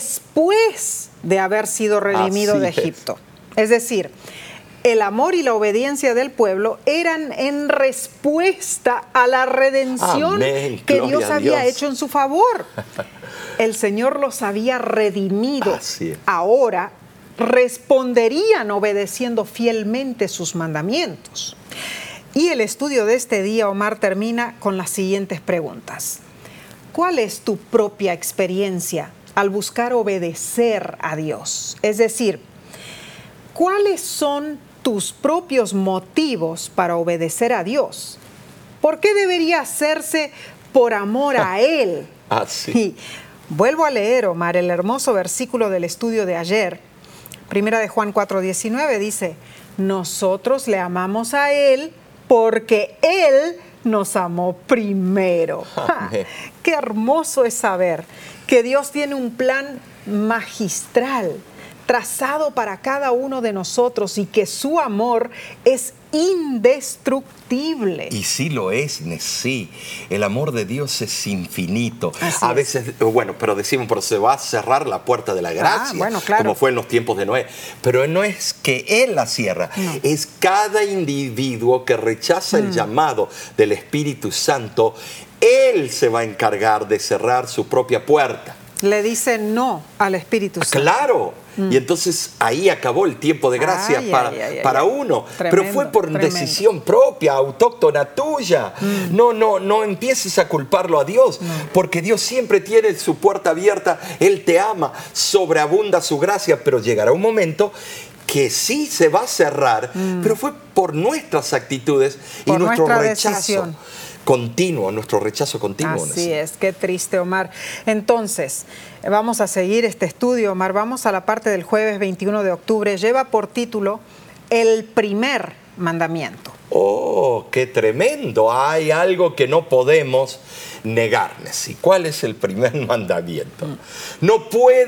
después de haber sido redimido de Egipto. Es decir, el amor y la obediencia del pueblo eran en respuesta a la redención que Dios había hecho en su favor. El Señor los había redimido. Ahora responderían obedeciendo fielmente sus mandamientos. Y el estudio de este día, Omar, termina con las siguientes preguntas. ¿Cuál es tu propia experiencia al buscar obedecer a Dios? Es decir, ¿cuáles son tus propios motivos para obedecer a Dios? ¿Por qué debería hacerse por amor a Él? Y vuelvo a leer, Omar, el hermoso versículo del estudio de ayer. Primera de Juan 4:19 dice, nosotros le amamos a Él porque Él nos amó primero. Qué hermoso es saber que Dios tiene un plan magistral trazado para cada uno de nosotros y que su amor es indestructible. Y sí lo es, sí. El amor de Dios es infinito. A veces, bueno, pero se va a cerrar la puerta de la gracia, como fue en los tiempos de Noé. Pero no es que Él la cierra, es cada individuo que rechaza el llamado del Espíritu Santo, Él se va a encargar de cerrar su propia puerta. Le dice no al Espíritu Santo. ¡Claro! Y entonces ahí acabó el tiempo de gracia para uno. Tremendo, pero fue por decisión propia, autóctona tuya. No empieces a culparlo a Dios, porque Dios siempre tiene su puerta abierta. Él te ama, sobreabunda su gracia, pero llegará un momento que sí se va a cerrar, pero fue por nuestras actitudes y nuestro rechazo. Decisión. Continuo, nuestro rechazo continuo. Así es, qué triste, Omar. Entonces, vamos a seguir este estudio, Omar. Vamos a la parte del jueves 21 de octubre. Lleva por título El primer mandamiento. ¡Oh, qué tremendo! Hay algo que no podemos negarles. ¿Y cuál es el primer mandamiento? No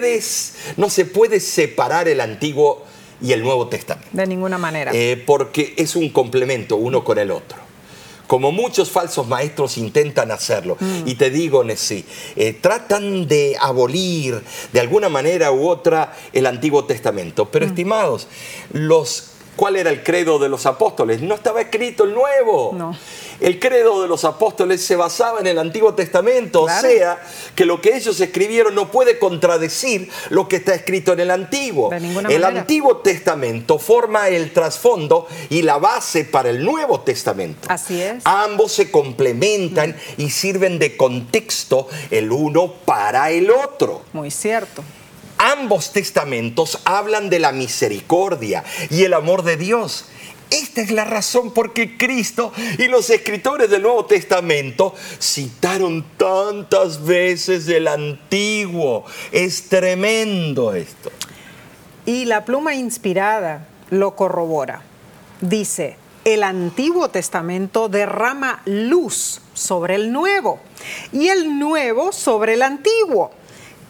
se puede separar el Antiguo y el Nuevo Testamento. De ninguna manera. Porque es un complemento uno con el otro. Como muchos falsos maestros intentan hacerlo. Y te digo, Nesí, tratan de abolir de alguna manera u otra el Antiguo Testamento. Pero estimados, ¿cuál era el credo de los apóstoles? No estaba escrito el Nuevo. No. El credo de los apóstoles se basaba en el Antiguo Testamento. Claro. O sea, que lo que ellos escribieron no puede contradecir lo que está escrito en el Antiguo. De ninguna manera. El Antiguo Testamento forma el trasfondo y la base para el Nuevo Testamento. Así es. Ambos se complementan y sirven de contexto el uno para el otro. Muy cierto. Ambos testamentos hablan de la misericordia y el amor de Dios. Esta es la razón por qué Cristo y los escritores del Nuevo Testamento citaron tantas veces el Antiguo. Es tremendo esto. Y la pluma inspirada lo corrobora. Dice, el Antiguo Testamento derrama luz sobre el Nuevo y el Nuevo sobre el Antiguo.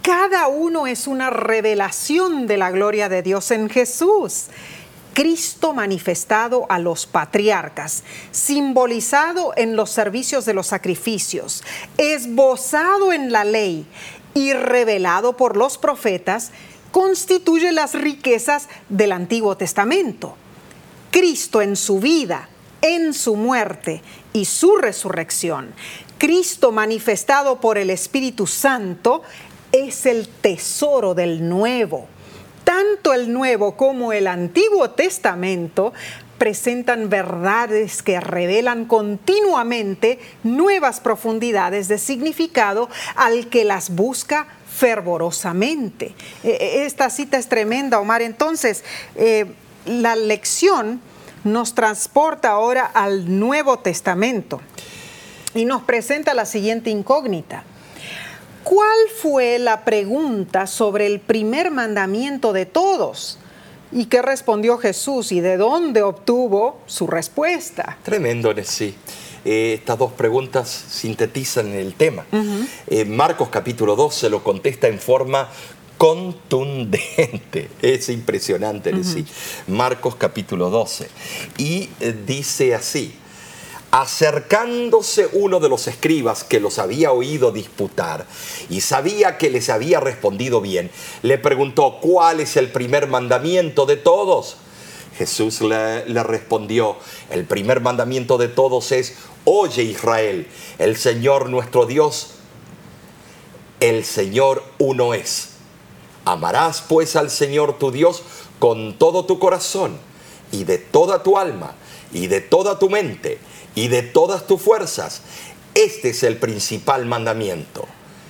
Cada uno es una revelación de la gloria de Dios en Jesús. Cristo manifestado a los patriarcas, simbolizado en los servicios de los sacrificios, esbozado en la ley y revelado por los profetas, constituye las riquezas del Antiguo Testamento. Cristo en su vida, en su muerte y su resurrección, Cristo manifestado por el Espíritu Santo, es el tesoro del Nuevo. Tanto el Nuevo como el Antiguo Testamento presentan verdades que revelan continuamente nuevas profundidades de significado al que las busca fervorosamente. Esta cita es tremenda, Omar. Entonces, la lección nos transporta ahora al Nuevo Testamento y nos presenta la siguiente incógnita. ¿Cuál fue la pregunta sobre el primer mandamiento de todos? ¿Y qué respondió Jesús? ¿Y de dónde obtuvo su respuesta? Tremendo, sí. Estas dos preguntas sintetizan el tema. Marcos capítulo 12 lo contesta en forma contundente. Es impresionante, sí. Marcos capítulo 12. Y dice así: acercándose uno de los escribas que los había oído disputar y sabía que les había respondido bien, le preguntó: ¿cuál es el primer mandamiento de todos? Jesús le respondió: el primer mandamiento de todos es: oye, Israel, el Señor nuestro Dios, el Señor uno es. Amarás pues al Señor tu Dios con todo tu corazón y de toda tu alma y de toda tu mente y de todas tus fuerzas. Este es el principal mandamiento.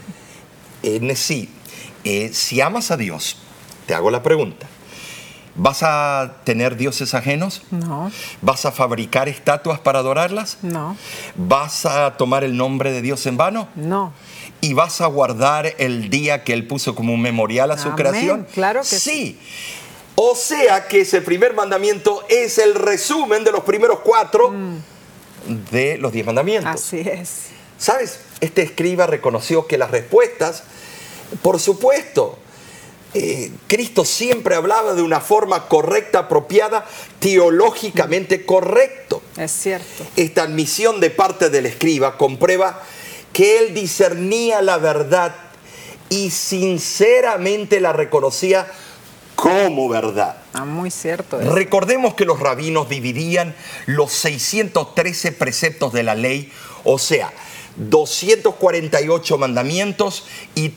Si amas a Dios, te hago la pregunta: ¿vas a tener dioses ajenos? No. ¿Vas a fabricar estatuas para adorarlas? No. ¿Vas a tomar el nombre de Dios en vano? No. ¿Y vas a guardar el día que Él puso como un memorial a su creación? Claro que sí. Sí. O sea que ese primer mandamiento es el resumen de los primeros 4 de los 10 mandamientos. Así es. ¿Sabes? Este escriba reconoció que las respuestas, por supuesto, Cristo siempre hablaba de una forma correcta, apropiada, teológicamente correcto. Es cierto. Esta admisión de parte del escriba comprueba que él discernía la verdad y sinceramente la reconocía como verdad. Muy cierto. Recordemos que los rabinos dividían los 613 preceptos de la ley, o sea, 248 mandamientos y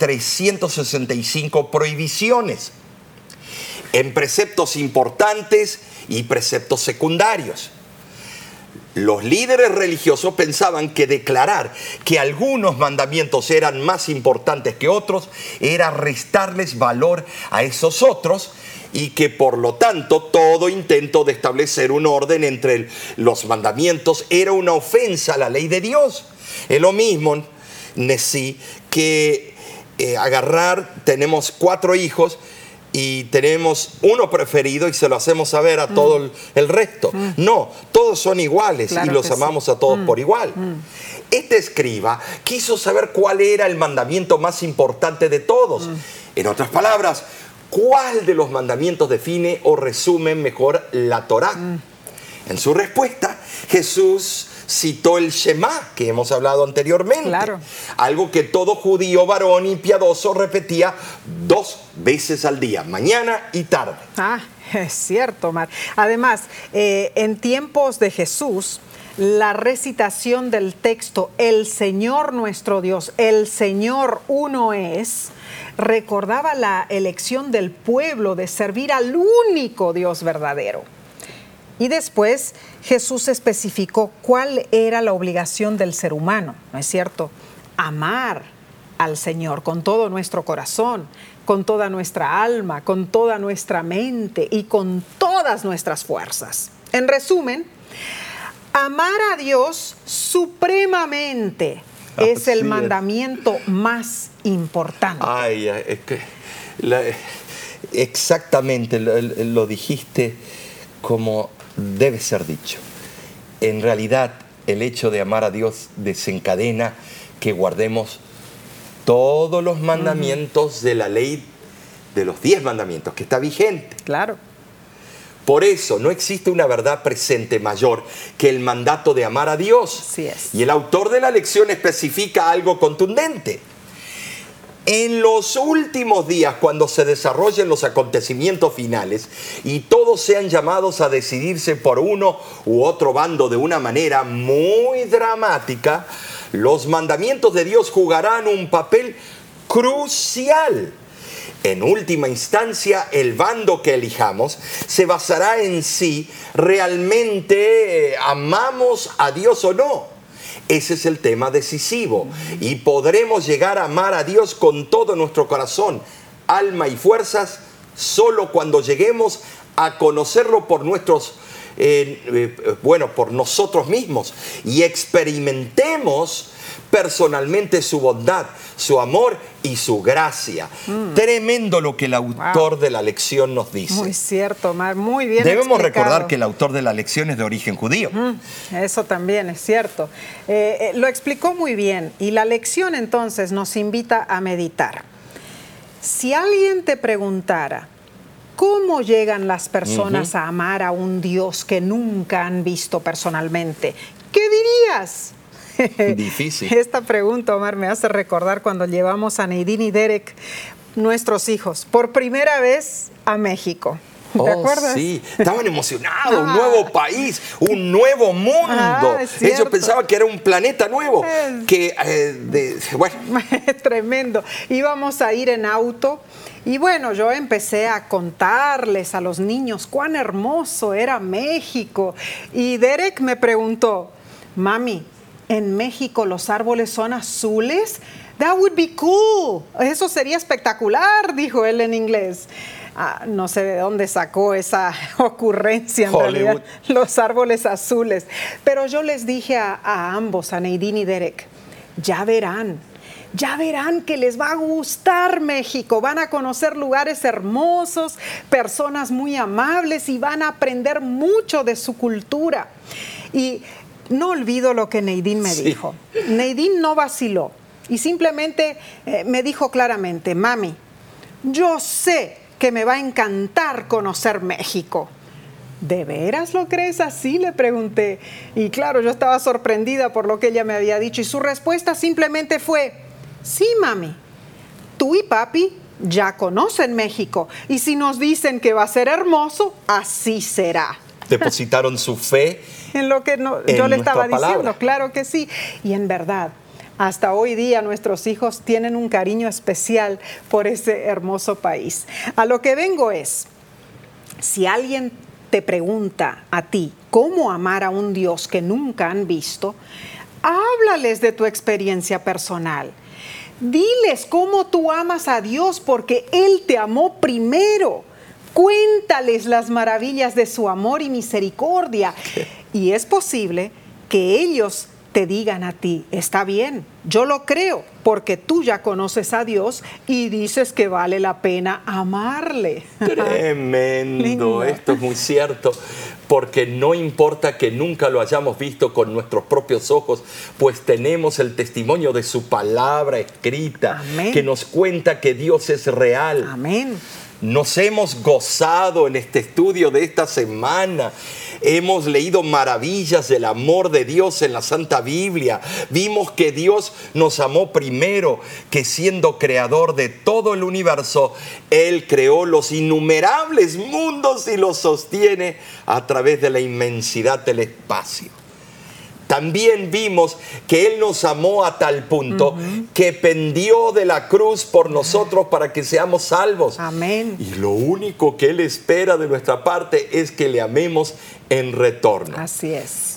365 prohibiciones, en preceptos importantes y preceptos secundarios. Los líderes religiosos pensaban que declarar que algunos mandamientos eran más importantes que otros era restarles valor a esos otros, y que por lo tanto todo intento de establecer un orden entre los mandamientos era una ofensa a la ley de Dios. Es lo mismo, Nesí, que tenemos 4 hijos y tenemos uno preferido y se lo hacemos saber a todo el resto. No, todos son iguales, claro, y los amamos a todos por igual. Este escriba quiso saber cuál era el mandamiento más importante de todos. En otras palabras, ¿cuál de los mandamientos define o resume mejor la Torá? En su respuesta, Jesús citó el Shema, que hemos hablado anteriormente. Claro. Algo que todo judío varón y piadoso repetía 2 veces al día, mañana y tarde. Es cierto, Omar. Además, en tiempos de Jesús, la recitación del texto "El Señor nuestro Dios, el Señor uno es", recordaba la elección del pueblo de servir al único Dios verdadero. Y después Jesús especificó cuál era la obligación del ser humano, ¿no es cierto? Amar al Señor con todo nuestro corazón, con toda nuestra alma, con toda nuestra mente y con todas nuestras fuerzas. En resumen, amar a Dios supremamente es el mandamiento más importante. Exactamente, lo dijiste como debe ser dicho. En realidad, el hecho de amar a Dios desencadena que guardemos todos los mandamientos de la ley de los 10 mandamientos que está vigente. Claro. Por eso no existe una verdad presente mayor que el mandato de amar a Dios. Así es. Y el autor de la lección especifica algo contundente. En los últimos días, cuando se desarrollen los acontecimientos finales y todos sean llamados a decidirse por uno u otro bando de una manera muy dramática, los mandamientos de Dios jugarán un papel crucial. En última instancia, el bando que elijamos se basará en si realmente amamos a Dios o no. Ese es el tema decisivo. Y podremos llegar a amar a Dios con todo nuestro corazón, alma y fuerzas solo cuando lleguemos a conocerlo por por nosotros mismos y experimentemos personalmente su bondad, su amor y su gracia. Tremendo lo que el autor de la lección nos dice. Muy cierto, Omar, muy bien Debemos explicado. recordar que el autor de la lección es de origen judío. Eso también es cierto. Lo explicó muy bien y la lección entonces nos invita a meditar. Si alguien te preguntara, ¿cómo llegan las personas a amar a un Dios que nunca han visto personalmente? ¿Qué dirías? Difícil. Esta pregunta, Omar, me hace recordar cuando llevamos a Nadine y Derek, nuestros hijos, por primera vez a México. ¿Te acuerdas? Sí, estaban emocionados, un nuevo país, un nuevo mundo. Ellos pensaban que era un planeta nuevo. Tremendo. Íbamos a ir en auto y bueno, yo empecé a contarles a los niños cuán hermoso era México. Y Derek me preguntó, mami, ¿en México los árboles son azules? That would be cool. Eso sería espectacular, dijo él en inglés. No sé de dónde sacó esa ocurrencia en realidad, los árboles azules. Pero yo les dije a ambos, a Nadine y Derek, ya verán que les va a gustar México, van a conocer lugares hermosos, personas muy amables y van a aprender mucho de su cultura. Y no olvido lo que Nadine me dijo. Nadine no vaciló y simplemente me dijo claramente, mami, yo sé que me va a encantar conocer México. ¿De veras lo crees así?, le pregunté. Y claro, yo estaba sorprendida por lo que ella me había dicho y su respuesta simplemente fue, sí, mami, tú y papi ya conocen México y si nos dicen que va a ser hermoso, así será. Depositaron su fe en lo que yo le estaba diciendo, claro que sí. Y en verdad, hasta hoy día nuestros hijos tienen un cariño especial por ese hermoso país. A lo que vengo es, si alguien te pregunta a ti cómo amar a un Dios que nunca han visto, háblales de tu experiencia personal. Diles cómo tú amas a Dios porque Él te amó primero. Cuéntales las maravillas de su amor y misericordia. Y es posible que ellos te digan a ti, está bien, yo lo creo, porque tú ya conoces a Dios y dices que vale la pena amarle. Tremendo, esto es muy cierto, porque no importa que nunca lo hayamos visto con nuestros propios ojos, pues tenemos el testimonio de su palabra escrita. Amén. Que nos cuenta que Dios es real. Amén. Nos hemos gozado en este estudio de esta semana. Hemos leído maravillas del amor de Dios en la Santa Biblia. Vimos que Dios nos amó primero, que siendo creador de todo el universo, Él creó los innumerables mundos y los sostiene a través de la inmensidad del espacio. También vimos que Él nos amó a tal punto que pendió de la cruz por nosotros para que seamos salvos. Amén. Y lo único que Él espera de nuestra parte es que le amemos en retorno. Así es.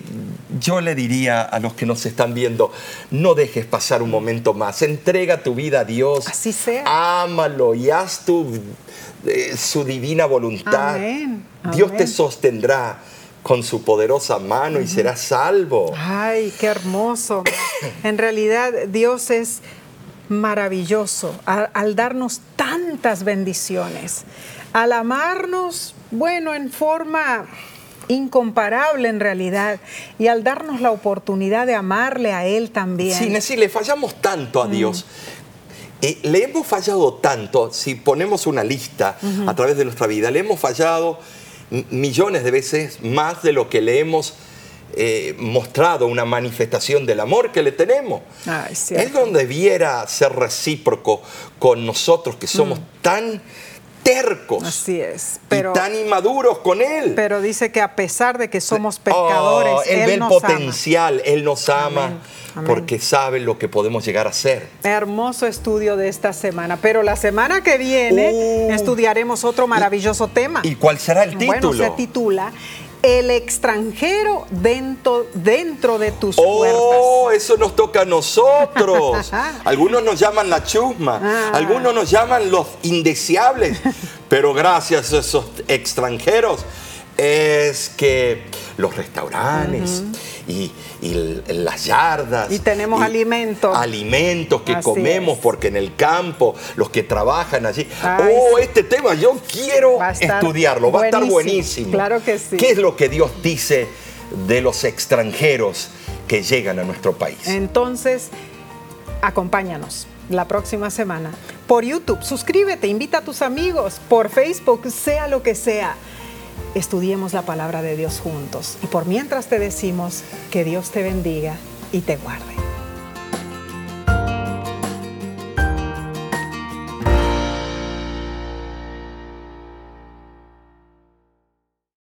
Yo le diría a los que nos están viendo, no dejes pasar un momento más. Entrega tu vida a Dios. Así sea. Ámalo y haz su divina voluntad. Amén. Dios te sostendrá con su poderosa mano y serás salvo. Ay, qué hermoso. En realidad, Dios es maravilloso al darnos tantas bendiciones, al amarnos, bueno, en forma incomparable en realidad, y al darnos la oportunidad de amarle a Él también. Sí, Nessie, le fallamos tanto a Dios. Le hemos fallado tanto, si ponemos una lista a través de nuestra vida, le hemos fallado millones de veces más de lo que le hemos mostrado una manifestación del amor que le tenemos. Él no debiera ser recíproco con nosotros que somos tan tercos. Así es. Y tan inmaduros con Él. Pero dice que a pesar de que somos pecadores, Él ve el nos potencial, ama. Él nos ama. Amén. Amén. Porque sabe lo que podemos llegar a ser. Hermoso estudio de esta semana. Pero la semana que viene estudiaremos otro maravilloso tema. ¿Y cuál será el título? Bueno, se titula El extranjero dentro de tus puertas. Eso nos toca a nosotros. Algunos nos llaman la chusma, algunos nos llaman los indeseables, pero gracias a esos extranjeros es que los restaurantes y las yardas. Y tenemos alimentos. Alimentos que Así comemos, es. porque en el campo, los que trabajan allí. Ay, sí. Este tema yo quiero Va a estar estudiarlo, va a estar buenísimo. Claro que sí. ¿Qué es lo que Dios dice de los extranjeros que llegan a nuestro país? Entonces, acompáñanos la próxima semana por YouTube. Suscríbete, invita a tus amigos, por Facebook, sea lo que sea. Estudiemos la palabra de Dios juntos. Y por mientras te decimos que Dios te bendiga y te guarde.